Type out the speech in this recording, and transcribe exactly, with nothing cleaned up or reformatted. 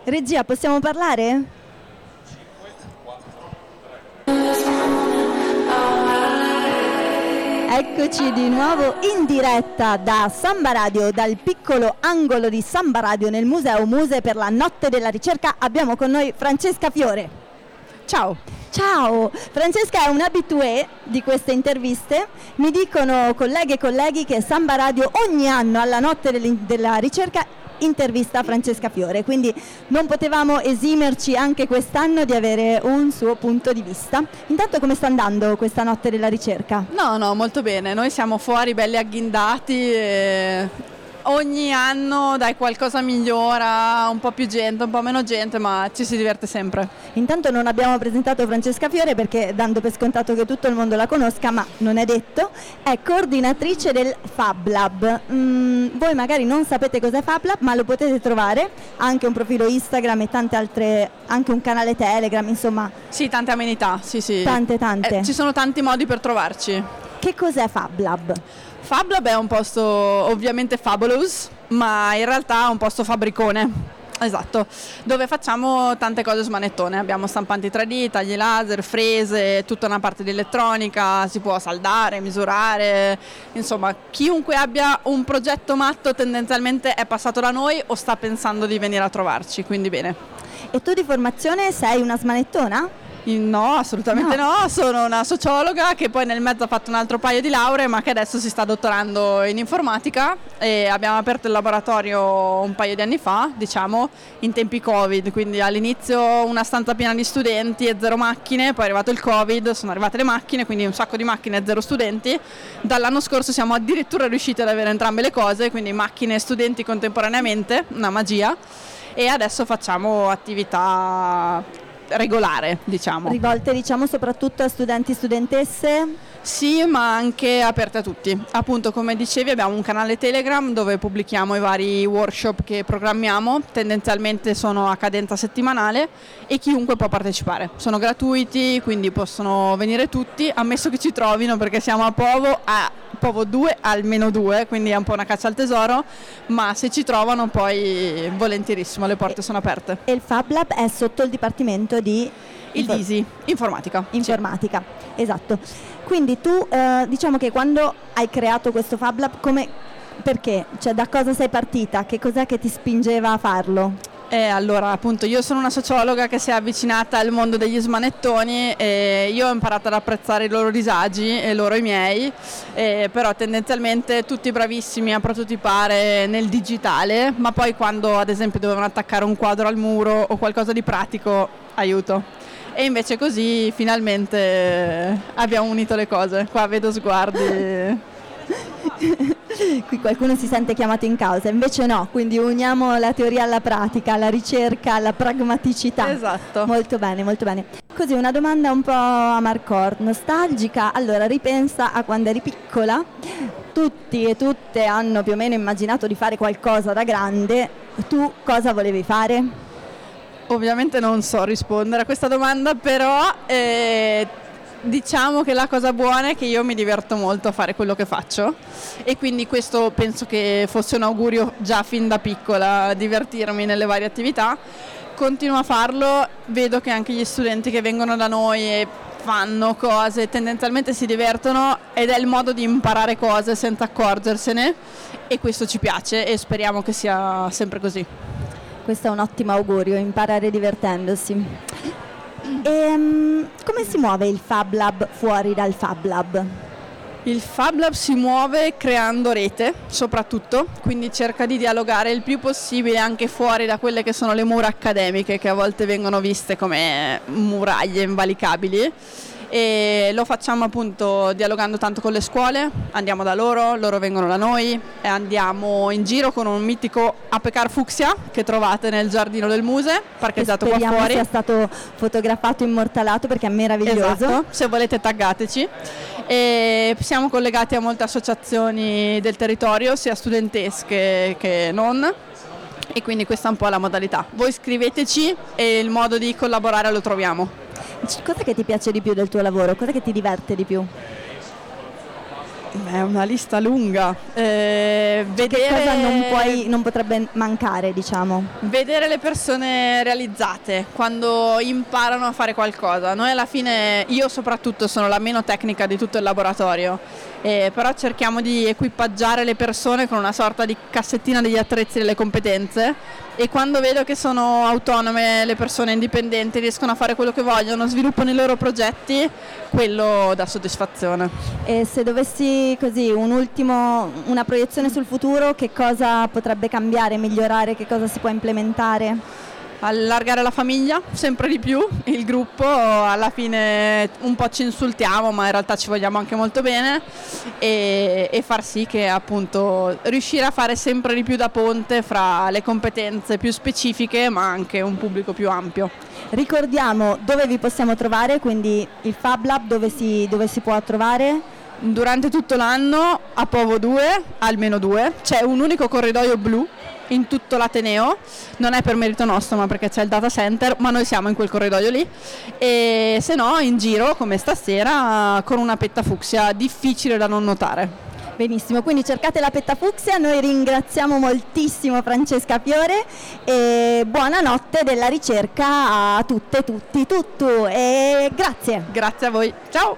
Regia, possiamo parlare? Eccoci di nuovo in diretta da Samba Radio, dal piccolo angolo di Samba Radio nel Museo Muse per la Notte della Ricerca. Abbiamo con noi Francesca Fiore. Ciao. Ciao, Francesca è un habitué di queste interviste. Mi dicono colleghe e colleghi che Samba Radio ogni anno alla Notte della Ricerca intervista Francesca Fiore, quindi non potevamo esimerci anche quest'anno di avere un suo punto di vista. Intanto come sta andando questa Notte della Ricerca? No, no, molto bene, noi siamo fuori belli agghindati e ogni anno dai qualcosa migliora, un po' più gente, un po' meno gente, ma ci si diverte sempre. Intanto non abbiamo presentato Francesca Fiore perché, dando per scontato che tutto il mondo la conosca, ma non è detto, è coordinatrice del Fab Lab. Mm, voi magari non sapete cos'è Fab Lab, ma lo potete trovare, ha anche un profilo Instagram e tante altre, anche un canale Telegram, insomma. Sì, tante amenità, sì sì. Tante, tante. Eh, ci sono tanti modi per trovarci. Che cos'è Fab Lab? Fab Lab è un posto ovviamente fabulous, ma in realtà è un posto fabbricone, esatto, dove facciamo tante cose smanettone. Abbiamo stampanti tre D, tagli laser, frese, tutta una parte di elettronica, si può saldare, misurare, insomma chiunque abbia un progetto matto tendenzialmente è passato da noi o sta pensando di venire a trovarci, quindi bene. E tu di formazione sei una smanettona? No, assolutamente no. no, sono una sociologa che poi nel mezzo ha fatto un altro paio di lauree, ma che adesso si sta dottorando in informatica, e abbiamo aperto il laboratorio un paio di anni fa, diciamo, in tempi Covid, quindi all'inizio una stanza piena di studenti e zero macchine, poi è arrivato il Covid, sono arrivate le macchine, quindi un sacco di macchine e zero studenti. Dall'anno scorso siamo addirittura riusciti ad avere entrambe le cose, quindi macchine e studenti contemporaneamente, una magia, e adesso facciamo attività regolare, diciamo. Rivolte, diciamo, soprattutto a studenti e studentesse? Sì, ma anche aperte a tutti. Appunto, come dicevi, abbiamo un canale Telegram dove pubblichiamo i vari workshop che programmiamo, tendenzialmente sono a cadenza settimanale e chiunque può partecipare. Sono gratuiti, quindi possono venire tutti, ammesso che ci trovino, perché siamo a Povo, a Povo due, almeno due, quindi è un po' una caccia al tesoro, ma se ci trovano poi volentierissimo, le porte sono aperte. E il Fab Lab è sotto il dipartimento di... Il D I S I, informatica. Informatica, sì. Esatto. Quindi tu eh, diciamo che quando hai creato questo Fab Lab, come, perché? Cioè da cosa sei partita? Che cos'è che ti spingeva a farlo? Eh, allora, appunto, io sono una sociologa che si è avvicinata al mondo degli smanettoni e io ho imparato ad apprezzare i loro disagi e loro i miei, eh, però tendenzialmente tutti bravissimi a prototipare nel digitale, ma poi quando ad esempio dovevano attaccare un quadro al muro o qualcosa di pratico, aiuto. E invece così finalmente abbiamo unito le cose. Qua vedo sguardi. Qui qualcuno si sente chiamato in causa, invece no, quindi uniamo la teoria alla pratica, la ricerca alla pragmaticità. Esatto. Molto bene, molto bene. Così una domanda un po' a Marcor, nostalgica. Allora, ripensa a quando eri piccola, tutti e tutte hanno più o meno immaginato di fare qualcosa da grande. Tu cosa volevi fare? Ovviamente non so rispondere a questa domanda, però eh, diciamo che la cosa buona è che io mi diverto molto a fare quello che faccio e quindi questo penso che fosse un augurio già fin da piccola, divertirmi nelle varie attività. Continuo a farlo, vedo che anche gli studenti che vengono da noi e fanno cose tendenzialmente si divertono ed è il modo di imparare cose senza accorgersene e questo ci piace e speriamo che sia sempre così. Questo è un ottimo augurio, imparare divertendosi. E, um, come si muove il Fab Lab fuori dal Fab Lab? Il Fab Lab si muove creando rete, soprattutto, quindi cerca di dialogare il più possibile anche fuori da quelle che sono le mura accademiche, che a volte vengono viste come muraglie invalicabili. E lo facciamo appunto dialogando tanto con le scuole, andiamo da loro, loro vengono da noi e andiamo in giro con un mitico Apecar Fucsia che trovate nel giardino del Muse, parcheggiato qua fuori. Speriamo sia stato fotografato, immortalato, perché è meraviglioso. Esatto, se volete taggateci. E siamo collegati a molte associazioni del territorio, sia studentesche che non, e quindi questa è un po' la modalità. Voi scriveteci e il modo di collaborare lo troviamo. Cosa che ti piace di più del tuo lavoro? Cosa che ti diverte di più? È una lista lunga. Eh, vedere... Che cosa non, puoi, non potrebbe mancare, diciamo? Vedere le persone realizzate quando imparano a fare qualcosa. Noi alla fine, io soprattutto sono la meno tecnica di tutto il laboratorio, eh, però cerchiamo di equipaggiare le persone con una sorta di cassettina degli attrezzi delle competenze, e quando vedo che sono autonome, le persone indipendenti, riescono a fare quello che vogliono, sviluppano i loro progetti, quello dà soddisfazione. E se dovessi così un ultimo, una proiezione sul futuro, che cosa potrebbe cambiare, migliorare, che cosa si può implementare? Allargare la famiglia sempre di più, il gruppo, alla fine un po' ci insultiamo ma in realtà ci vogliamo anche molto bene, e, e far sì che appunto riuscire a fare sempre di più da ponte fra le competenze più specifiche ma anche un pubblico più ampio. Ricordiamo dove vi possiamo trovare, quindi il Fab Lab dove si, dove si può trovare? Durante tutto l'anno a Povo due, almeno due, c'è un unico corridoio blu in tutto l'Ateneo, non è per merito nostro ma perché c'è il data center, ma noi siamo in quel corridoio lì, e se no in giro come stasera con una petta fucsia difficile da non notare. Benissimo, quindi cercate la petta fucsia. Noi ringraziamo moltissimo Francesca Fiore e buonanotte della ricerca a tutte, tutti, tutto, e grazie. Grazie a voi, ciao!